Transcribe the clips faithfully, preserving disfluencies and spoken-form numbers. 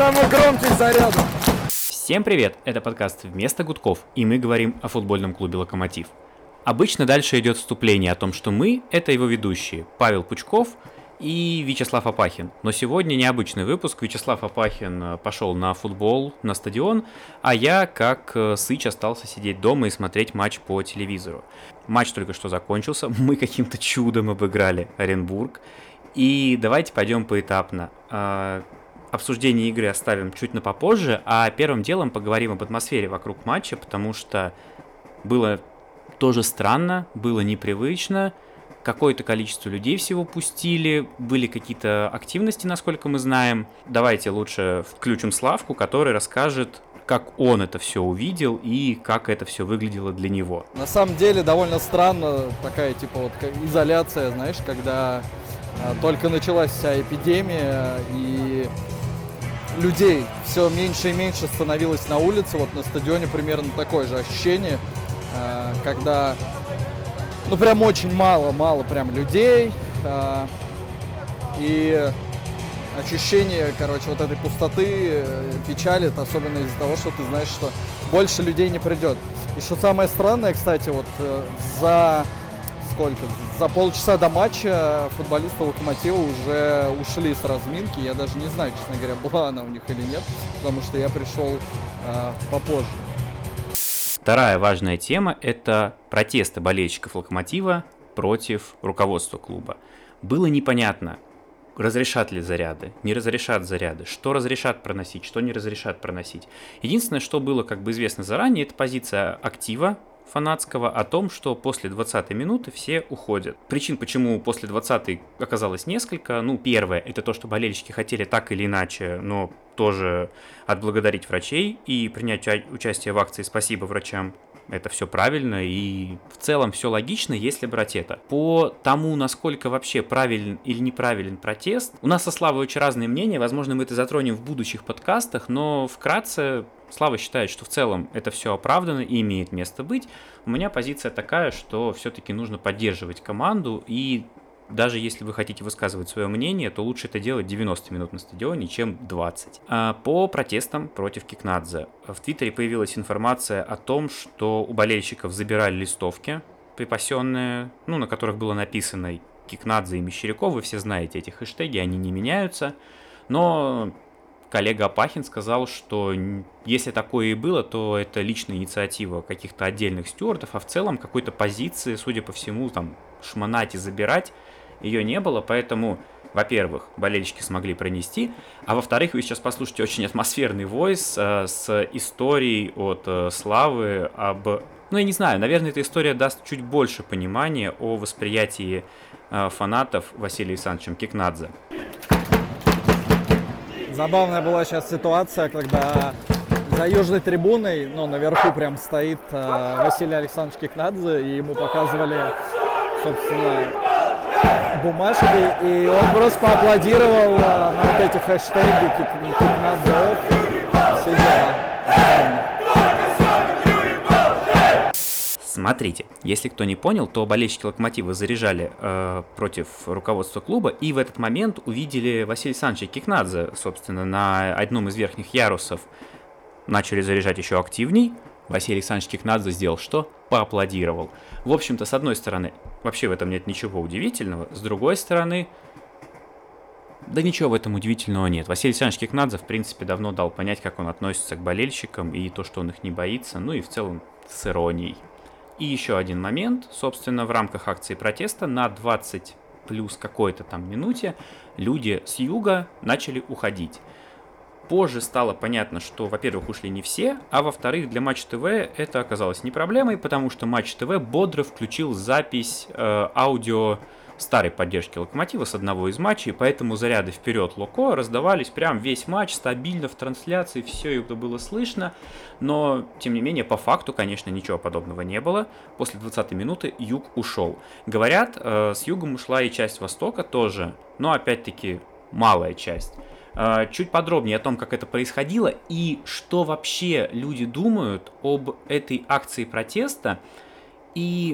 самых громких зарядов. Всем привет! Это подкаст «Вместо гудков», и мы говорим о футбольном клубе «Локомотив». Обычно дальше идет вступление о том, что мы – это его ведущие Павел Пучков и Вячеслав Апахин. Но сегодня необычный выпуск. Вячеслав Апахин пошел на футбол, на стадион, а я, как сыч, остался сидеть дома и смотреть матч по телевизору. Матч только что закончился, мы каким-то чудом обыграли Оренбург. И давайте пойдем поэтапно. Обсуждение игры оставим чуть на попозже, а первым делом поговорим об атмосфере вокруг матча, потому что было тоже странно, было непривычно, какое-то количество людей всего пустили, были какие-то активности, насколько мы знаем. Давайте лучше включим Славку, который расскажет, как он это все увидел и как это все выглядело для него. На самом деле довольно странно такая типа вот изоляция, знаешь, когда а, только началась вся эпидемия и людей все меньше и меньше становилось на улице. Вот на стадионе примерно такое же ощущение, когда ну прям очень мало-мало прям людей и ощущение, короче, вот этой пустоты печалит, особенно из-за того, что ты знаешь, что больше людей не придет. И что самое странное, кстати, вот за сколько? За полчаса до матча футболисты «Локомотива» уже ушли с разминки. Я даже не знаю, честно говоря, была она у них или нет, потому что я пришел э, попозже. Вторая важная тема – это протесты болельщиков «Локомотива» против руководства клуба. Было непонятно, разрешат ли заряды, не разрешат заряды, что разрешат проносить, что не разрешат проносить. Единственное, что было как бы известно заранее, это позиция актива фанатского о том, что после двадцатой минуты все уходят. Причин, почему после двадцатой оказалось несколько. Ну, первое, это то, что болельщики хотели так или иначе, но тоже отблагодарить врачей и принять участие в акции «Спасибо врачам». Это все правильно и в целом все логично, если брать это. По тому, насколько вообще правилен или неправилен протест, у нас со Славой очень разные мнения, возможно, мы это затронем в будущих подкастах, но вкратце Слава считает, что в целом это все оправдано и имеет место быть. У меня позиция такая, что все-таки нужно поддерживать команду, и даже если вы хотите высказывать свое мнение, то лучше это делать девяносто минут на стадионе, чем двадцать. А по протестам против Кикнадзе. В Твиттере появилась информация о том, что у болельщиков забирали листовки, припасенные, ну, на которых было написано Кикнадзе и Мещеряков. Вы все знаете эти хэштеги, они не меняются. Но коллега Апахин сказал, что если такое и было, то это личная инициатива каких-то отдельных стюардов, а в целом какой-то позиции, судя по всему, там, шмонать и забирать ее не было, поэтому, во-первых, болельщики смогли пронести, а во-вторых, вы сейчас послушаете очень атмосферный войс э, с историей от э, Славы об... Ну, я не знаю, наверное, эта история даст чуть больше понимания о восприятии э, фанатов Василием Александровичем Кикнадзе. Забавная была сейчас ситуация, когда за южной трибуной, ну, наверху прям стоит э, Василий Александрович Кикнадзе, и ему показывали, собственно, бумажки, и он просто поаплодировал э, на вот эти хэштеги Кикнадзе, все дела. Смотрите, если кто не понял, то болельщики «Локомотива» заряжали э, против руководства клуба, и в этот момент увидели Василия Александровича Кикнадзе, собственно, на одном из верхних ярусов. Начали заряжать еще активней. Василий Александрович Кикнадзе сделал что? Поаплодировал. В общем-то, с одной стороны, вообще в этом нет ничего удивительного, с другой стороны, да ничего в этом удивительного нет. Василий Александрович Кикнадзе, в принципе, давно дал понять, как он относится к болельщикам, и то, что он их не боится, ну и в целом с иронией. И еще один момент, собственно, в рамках акции протеста на двадцать плюс какой-то там минуте люди с юга начали уходить. Позже стало понятно, что, во-первых, ушли не все, а во-вторых, для Матч ТВ это оказалось не проблемой, потому что Матч ТВ бодро включил запись э, аудио старой поддержки Локомотива с одного из матчей, поэтому заряды вперед Локо раздавались прям весь матч, стабильно в трансляции, все это было слышно, но, тем не менее, по факту, конечно, ничего подобного не было. После двадцатой минуты Юг ушел. Говорят, э, с Югом ушла и часть Востока тоже, но, опять-таки, малая часть. Э, чуть подробнее о том, как это происходило и что вообще люди думают об этой акции протеста, и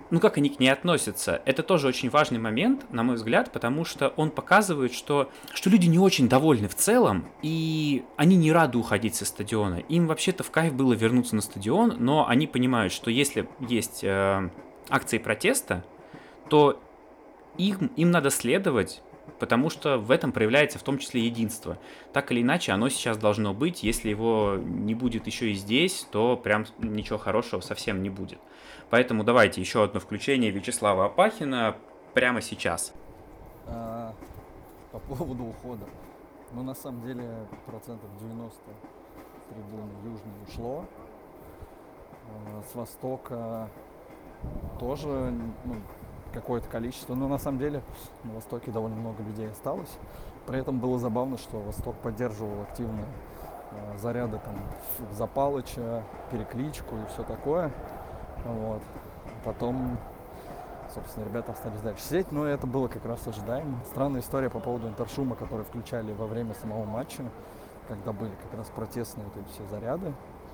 ну как они к ней относятся. Это тоже очень важный момент, на мой взгляд, потому что он показывает, что, что люди не очень довольны в целом, и они не рады уходить со стадиона. Им вообще-то в кайф было вернуться на стадион, но они понимают, что если есть э, акции протеста, то им, им надо следовать, потому что в этом проявляется в том числе единство. Так или иначе, оно сейчас должно быть. Если его не будет еще и здесь, то прям ничего хорошего совсем не будет. Поэтому давайте еще одно включение Вячеслава Апахина прямо сейчас. А, по поводу ухода. Ну, на самом деле, процентов девяносто трибуны южной ушло. А, с востока тоже, ну, какое-то количество. Но на самом деле на Востоке довольно много людей осталось. При этом было забавно, что Восток поддерживал активно э, заряды там за Палыча, перекличку и все такое. Вот. Потом, собственно, ребята остались дальше сидеть, но это было как раз ожидаемо. Странная история по поводу интершума, который включали во время самого матча, когда были как раз протестные вот эти все заряды.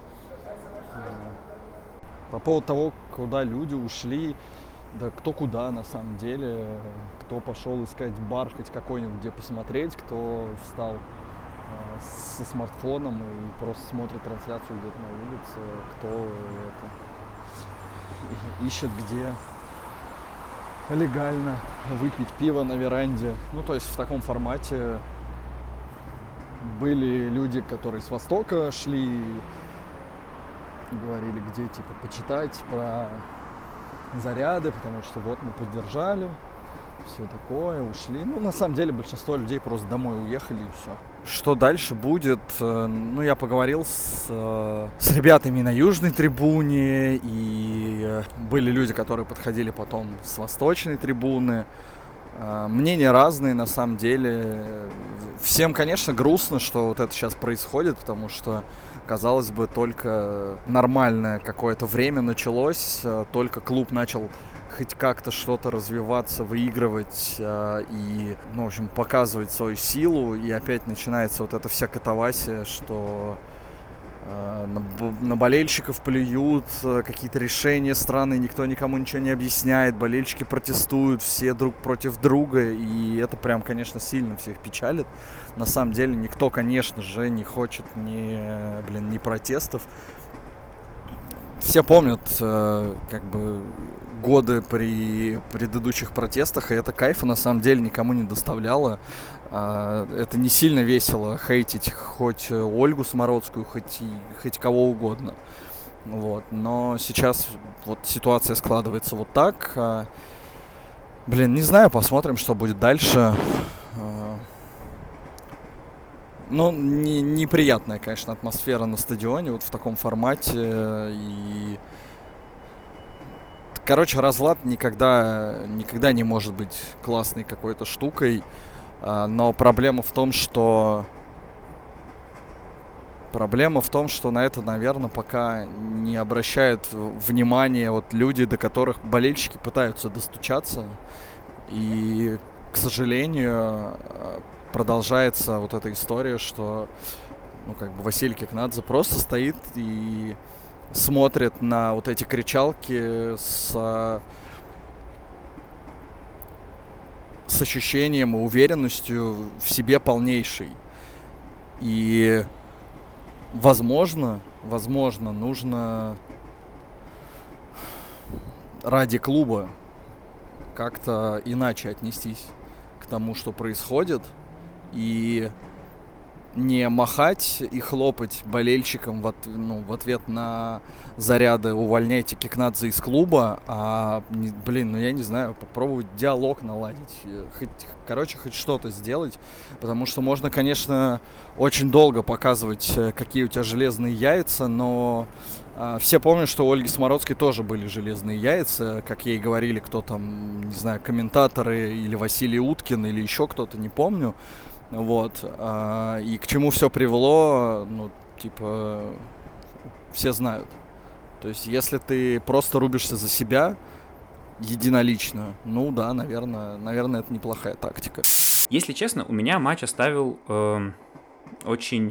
По поводу того, куда люди ушли, да кто куда на самом деле, кто пошел искать бар хоть какой-нибудь, где посмотреть, кто встал э, со смартфоном и просто смотрит трансляцию где-то на улице, кто это, ищет где легально выпить пиво на веранде. Ну, то есть в таком формате. Были люди, которые с Востока шли, говорили, где типа почитать про заряды, потому что вот мы поддержали, все такое, ушли. Ну, на самом деле, большинство людей просто домой уехали и все. Что дальше будет? Ну, я поговорил с, с ребятами на южной трибуне, и были люди, которые подходили потом с восточной трибуны. Мнения разные, на самом деле. Всем, конечно, грустно, что вот это сейчас происходит, потому что, казалось бы, только нормальное какое-то время началось, только клуб начал хоть как-то что-то развиваться, выигрывать и, ну, в общем, показывать свою силу, и опять начинается вот эта вся катавасия, что на болельщиков плюют, какие-то решения странные, никто никому ничего не объясняет, болельщики протестуют, все друг против друга, и это прям, конечно, сильно всех печалит. На самом деле никто, конечно же, не хочет ни, блин, ни протестов. Все помнят, как бы, годы при предыдущих протестах, и это кайфа на самом деле никому не доставляло. Это не сильно весело хейтить хоть Ольгу Самородскую, хоть, хоть кого угодно. Вот. Но сейчас вот ситуация складывается вот так. Блин, не знаю, посмотрим, что будет дальше. Ну, не, неприятная, конечно, атмосфера на стадионе вот в таком формате. И... Короче, разлад никогда, никогда не может быть классной какой-то штукой. Но проблема в том, что проблема в том, что на это, наверное, пока не обращают внимания вот люди, до которых болельщики пытаются достучаться. И, к сожалению, продолжается вот эта история, что, ну, как бы Василий Кикнадзе просто стоит и смотрит на вот эти кричалки с... с ощущением и уверенностью в себе полнейшей. И, возможно, возможно, нужно ради клуба как-то иначе отнестись к тому, что происходит, и не махать и хлопать болельщикам в, от, ну, в ответ на заряды «увольняйте Кикнадзе из клуба», а, блин, ну я не знаю, попробовать диалог наладить, хоть, короче, хоть что-то сделать, потому что можно, конечно, очень долго показывать, какие у тебя железные яйца, но а, все помнят, что у Ольги Самородской тоже были железные яйца, как ей говорили кто там, не знаю, комментаторы или Василий Уткин, или еще кто-то, не помню. Вот, а, и к чему все привело, ну, типа, все знают. То есть, если ты просто рубишься за себя единолично, ну да, наверное, наверное, это неплохая тактика. Если честно, у меня матч оставил э, очень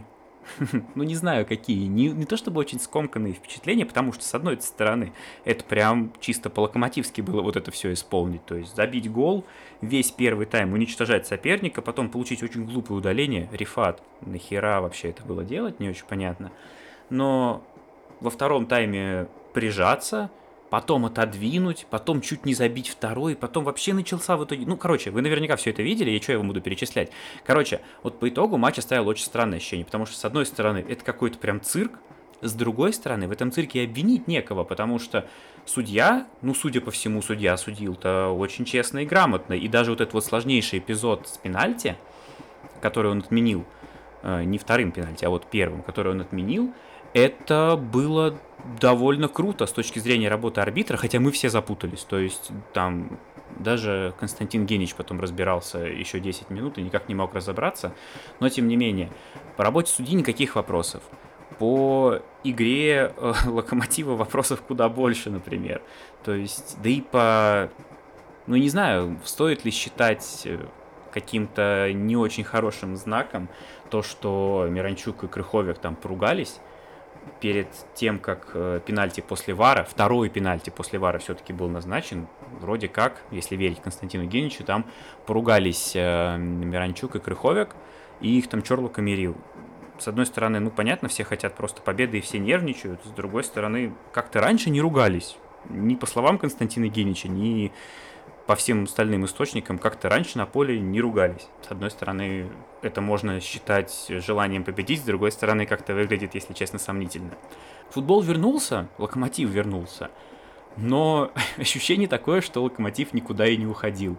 ну не знаю какие, не, не то чтобы очень скомканные впечатления, потому что с одной стороны это прям чисто по-локомотивски было вот это все исполнить, то есть забить гол, весь первый тайм уничтожать соперника, потом получить очень глупое удаление, Рифат, нахера вообще это было делать, не очень понятно, но во втором тайме прижаться, потом отодвинуть, потом чуть не забить второй, потом вообще начался в итоге... Ну, короче, вы наверняка все это видели, и что я вам буду перечислять. Короче, вот по итогу матч оставил очень странное ощущение, потому что, с одной стороны, это какой-то прям цирк, с другой стороны, в этом цирке обвинить некого, потому что судья, ну, судя по всему, судья судил-то очень честно и грамотно, и даже вот этот вот сложнейший эпизод с пенальти, который он отменил, э, не вторым пенальти, а вот первым, который он отменил, это было довольно круто с точки зрения работы арбитра, хотя мы все запутались. То есть там даже Константин Генич потом разбирался еще десять минут и никак не мог разобраться. Но тем не менее, по работе судьи никаких вопросов. По игре э, Локомотива вопросов куда больше, например. То есть, да и по... Ну, не знаю, стоит ли считать каким-то не очень хорошим знаком то, что Миранчук и Крыховик там поругались перед тем, как э, пенальти после ВАРа, второй пенальти после ВАРа все-таки был назначен, вроде как, если верить Константину Геничу, там поругались э, Миранчук и Крыховик, и их там Чорлука мирил. С одной стороны, ну понятно, все хотят просто победы и все нервничают, с другой стороны, как-то раньше не ругались. Ни по словам Константина Генича, ни по всем остальным источникам, как-то раньше на поле не ругались. С одной стороны, это можно считать желанием победить, с другой стороны, как-то выглядит, если честно, сомнительно. Футбол вернулся, Локомотив вернулся, но ощущение такое, что Локомотив никуда и не уходил.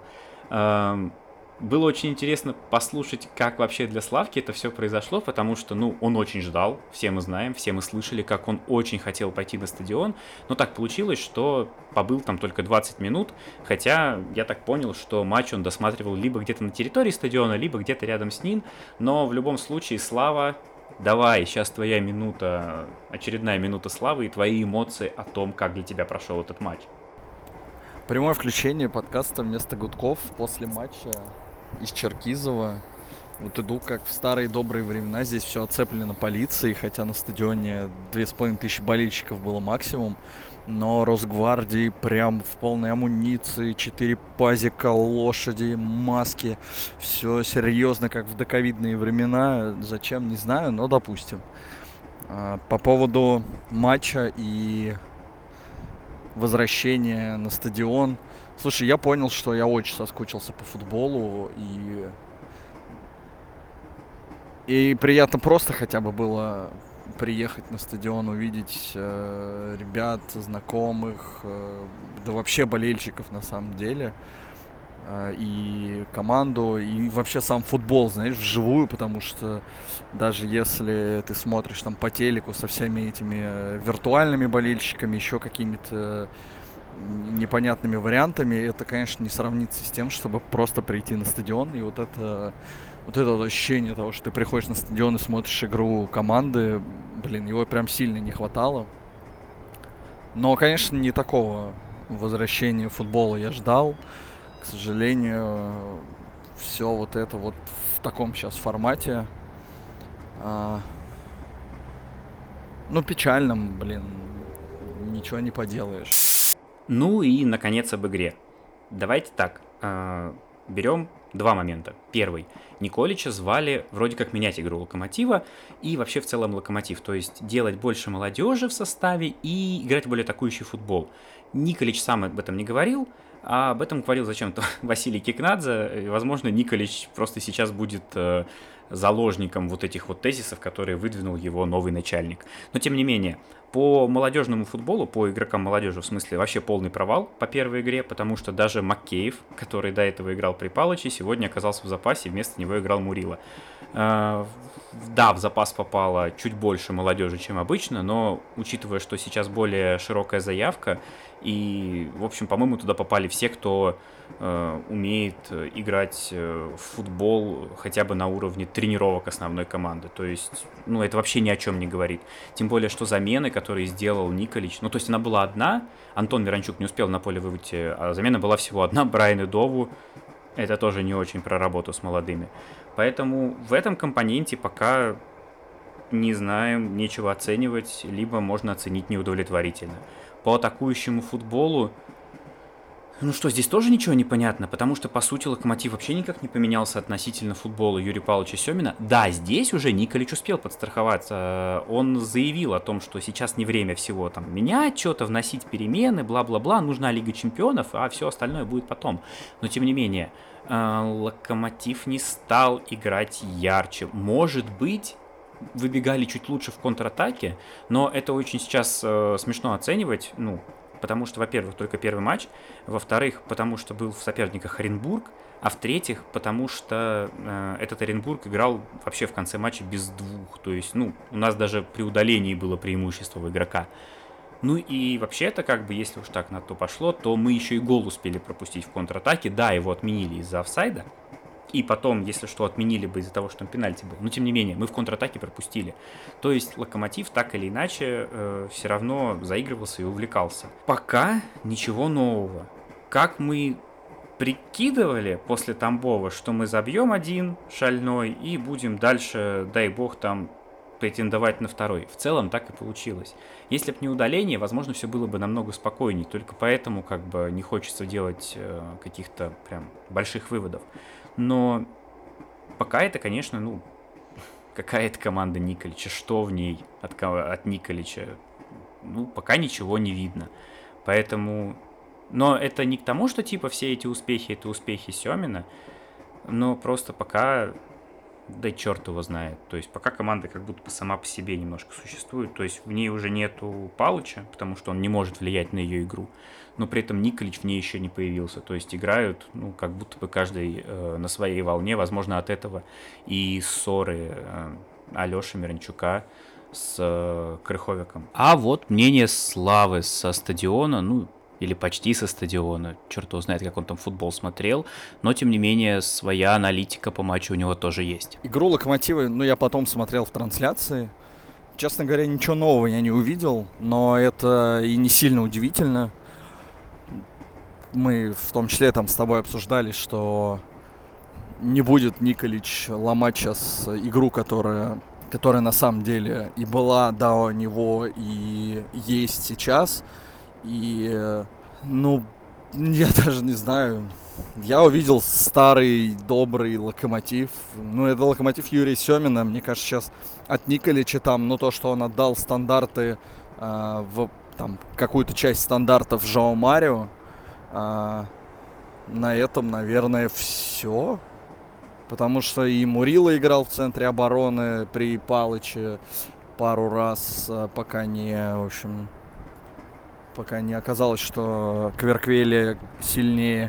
Было очень интересно послушать, как вообще для Славки это все произошло, потому что, ну, он очень ждал, все мы знаем, все мы слышали, как он очень хотел пойти на стадион, но так получилось, что побыл там только двадцать минут, хотя я так понял, что матч он досматривал либо где-то на территории стадиона, либо где-то рядом с ним, но в любом случае, Слава, давай, сейчас твоя минута, очередная минута славы и твои эмоции о том, как для тебя прошел этот матч. Прямое включение подкаста вместо гудков после матча из Черкизова. Вот иду, как в старые добрые времена. Здесь все оцеплено полицией, хотя на стадионе две с половиной тысячи болельщиков было максимум. Но Росгвардии прям в полной амуниции, четыре пазика, лошади, маски. Все серьезно, как в доковидные времена. Зачем, не знаю, но допустим. По поводу матча и возвращения на стадион. Слушай, я понял, что я очень соскучился по футболу, и и приятно просто хотя бы было приехать на стадион, увидеть э, ребят, знакомых, э, да вообще болельщиков на самом деле, э, и команду, и вообще сам футбол, знаешь, вживую, потому что даже если ты смотришь там по телеку со всеми этими виртуальными болельщиками, еще какими-то непонятными вариантами, это, конечно, не сравнится с тем, чтобы просто прийти на стадион. И вот это вот это вот ощущение того, что ты приходишь на стадион и смотришь игру команды, блин, его прям сильно не хватало. Но, конечно, не такого возвращения футбола я ждал. К сожалению, все вот это вот в таком сейчас формате. А, ну, печальном, блин, ничего не поделаешь. Ну и, наконец, об игре. Давайте так, э, берем два момента. Первый. Николича звали вроде как менять игру Локомотива и вообще в целом Локомотив. То есть делать больше молодежи в составе и играть в более атакующий футбол. Николич сам об этом не говорил, а об этом говорил зачем-то Василий Кикнадзе. И, возможно, Николич просто сейчас будет э, заложником вот этих вот тезисов, которые выдвинул его новый начальник. Но, тем не менее, по молодежному футболу, по игрокам молодежи, в смысле, вообще полный провал по первой игре, потому что даже Маккеев, который до этого играл при Палыче, сегодня оказался в запасе, вместо него играл Мурила. Да, в запас попало чуть больше молодежи, чем обычно, но учитывая, что сейчас более широкая заявка, и, в общем, по-моему, туда попали все, кто э, умеет играть в футбол хотя бы на уровне тренировок основной команды. То есть, ну, это вообще ни о чем не говорит. Тем более, что замены, которые сделал Николич, ну, то есть она была одна, Антон Миранчук не успел на поле выйти, а замена была всего одна, Брайан Эдову. Это тоже не очень про работу с молодыми. Поэтому в этом компоненте пока не знаем, нечего оценивать, либо можно оценить неудовлетворительно. По атакующему футболу, ну что, здесь тоже ничего не понятно, потому что, по сути, Локомотив вообще никак не поменялся относительно футбола Юрия Павловича Семина. Да, здесь уже Николич успел подстраховаться. Он заявил о том, что сейчас не время всего там менять, что-то вносить перемены, бла-бла-бла, нужна Лига Чемпионов, а все остальное будет потом. Но, тем не менее, Локомотив не стал играть ярче. Может быть, выбегали чуть лучше в контратаке, но это очень сейчас э, смешно оценивать, ну, потому что, во-первых, только первый матч, во-вторых, потому что был в соперниках Оренбург, а в-третьих, потому что э, этот Оренбург играл вообще в конце матча без двух, то есть, ну, у нас даже при удалении было преимущество у игрока. Ну и вообще-то, как бы, если уж так на то пошло, то мы еще и гол успели пропустить в контратаке, да, его отменили из-за офсайда, и потом, если что, отменили бы из-за того, что там пенальти был. Но, тем не менее, мы в контратаке пропустили. То есть Локомотив так или иначе э, все равно заигрывался и увлекался. Пока ничего нового. Как мы прикидывали после Тамбова, что мы забьем один шальной и будем дальше, дай бог, там претендовать на второй. В целом так и получилось. Если бы не удаление, возможно, все было бы намного спокойнее. Только поэтому как бы не хочется делать э, каких-то прям больших выводов. Но пока это, конечно, ну, какая-то команда Николича, что в ней от, от Николича, ну, пока ничего не видно. Поэтому, но это не к тому, что, типа, все эти успехи, это успехи Семина, но просто пока, да черт его знает, то есть пока команда как будто бы сама по себе немножко существует, то есть в ней уже нету Палыча, потому что он не может влиять на ее игру, но при этом Николич в ней еще не появился. То есть играют, ну, как будто бы каждый э, на своей волне. Возможно, от этого и ссоры э, Алеши Миранчука с э, Крыховиком. А вот мнение Славы со стадиона, ну, или почти со стадиона. Черт его знает, как он там футбол смотрел. Но, тем не менее, своя аналитика по матчу у него тоже есть. Игру Локомотива, ну, я потом смотрел в трансляции. Честно говоря, ничего нового я не увидел, но это и не сильно удивительно. Мы в том числе там с тобой обсуждали, что не будет Николич ломать сейчас игру, которая, которая на самом деле и была до него, и есть сейчас. И, ну, я даже не знаю. Я увидел старый, добрый Локомотив. Ну, это Локомотив Юрия Семина. Мне кажется, сейчас от Николича там, ну, то, что он отдал стандарты, э, в там, какую-то часть стандартов Жоу Марио, э, на этом, наверное, все. Потому что и Мурило играл в центре обороны при Палыче пару раз, пока не, в общем, пока не оказалось, что Кверквели сильнее.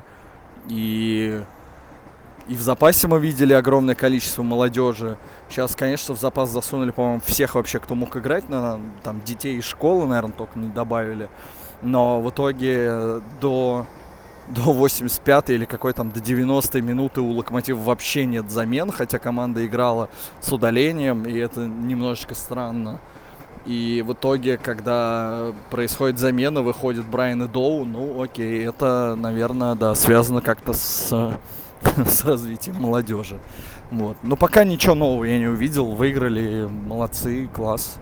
И, и в запасе мы видели огромное количество молодежи. Сейчас, конечно, в запас засунули, по-моему, всех вообще, кто мог играть. На, там детей из школы, наверное, только не добавили. Но в итоге до, до восемьдесят пятой или какой там до девяностой минуты у Локомотива вообще нет замен. Хотя команда играла с удалением, и это немножечко странно. И в итоге, когда происходит замена, выходит Брайан и Доу, ну окей, это, наверное, да, связано как-то с, с развитием молодежи. Вот. Но пока ничего нового я не увидел, выиграли, молодцы, класс.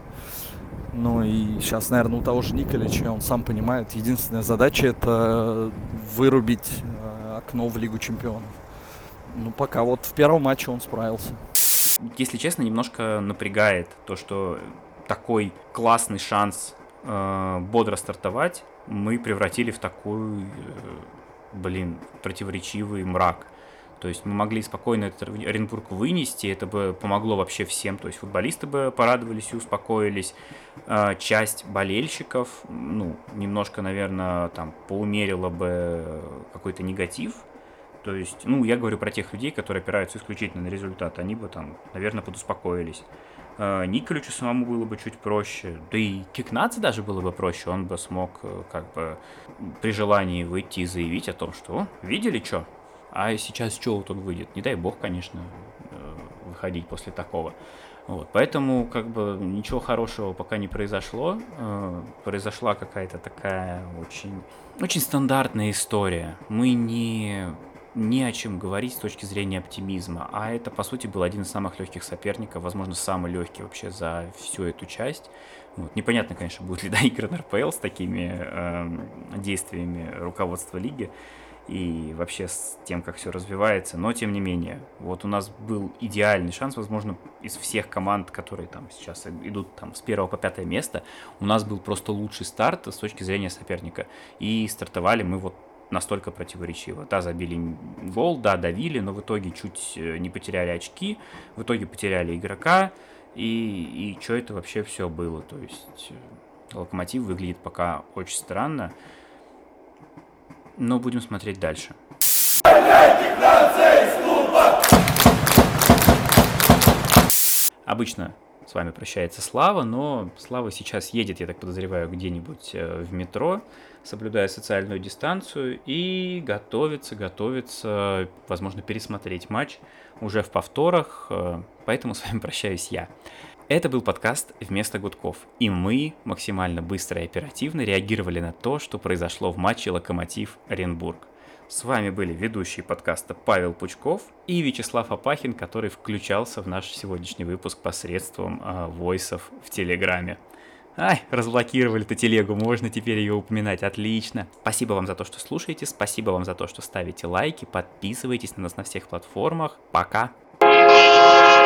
Ну и сейчас, наверное, у того же Николича, он сам понимает, единственная задача — это вырубить окно в Лигу Чемпионов. Ну пока вот в первом матче он справился. Если честно, немножко напрягает то, что такой классный шанс э, бодро стартовать мы превратили в такой, э, блин, противоречивый мрак. То есть мы могли спокойно этот Оренбург вынести, это бы помогло вообще всем. То есть футболисты бы порадовались и успокоились. Э, часть болельщиков, ну, немножко, наверное, там поумерила бы какой-то негатив. То есть, ну, я говорю про тех людей, которые опираются исключительно на результат. Они бы там, наверное, подуспокоились. Николичу самому было бы чуть проще, да и Кикнадзе даже было бы проще, он бы смог как бы при желании выйти и заявить о том, что видели что, а сейчас что вот он выйдет, не дай бог, конечно, выходить после такого. Вот, поэтому как бы ничего хорошего пока не произошло, произошла какая-то такая очень, очень стандартная история, мы не... не о чем говорить с точки зрения оптимизма. А это, по сути, был один из самых легких соперников, возможно, самый легкий вообще за всю эту часть. Вот. Непонятно, конечно, будет ли доигран эр пэ эл с такими э, действиями руководства лиги и вообще с тем, как все развивается, но тем не менее, вот у нас был идеальный шанс, возможно, из всех команд, которые там сейчас идут там с первого по пятое место, у нас был просто лучший старт с точки зрения соперника, и стартовали мы вот настолько противоречиво. Да, забили гол, да, давили, но в итоге чуть не потеряли очки, в итоге потеряли игрока, и, и что это вообще все было, то есть Локомотив выглядит пока очень странно, но будем смотреть дальше. Обычно с вами прощается Слава, но Слава сейчас едет, я так подозреваю, где-нибудь в метро, соблюдая социальную дистанцию, и готовится, готовится, возможно, пересмотреть матч уже в повторах, поэтому с вами прощаюсь я. Это был подкаст «Вместо гудков», и мы максимально быстро и оперативно реагировали на то, что произошло в матче «Локомотив-Оренбург». С вами были ведущие подкаста Павел Пучков и Вячеслав Апахин, который включался в наш сегодняшний выпуск посредством э, войсов в Телеграме. Ай, разблокировали-то телегу, можно теперь ее упоминать, отлично. Спасибо вам за то, что слушаете, спасибо вам за то, что ставите лайки, подписывайтесь на нас на всех платформах. Пока!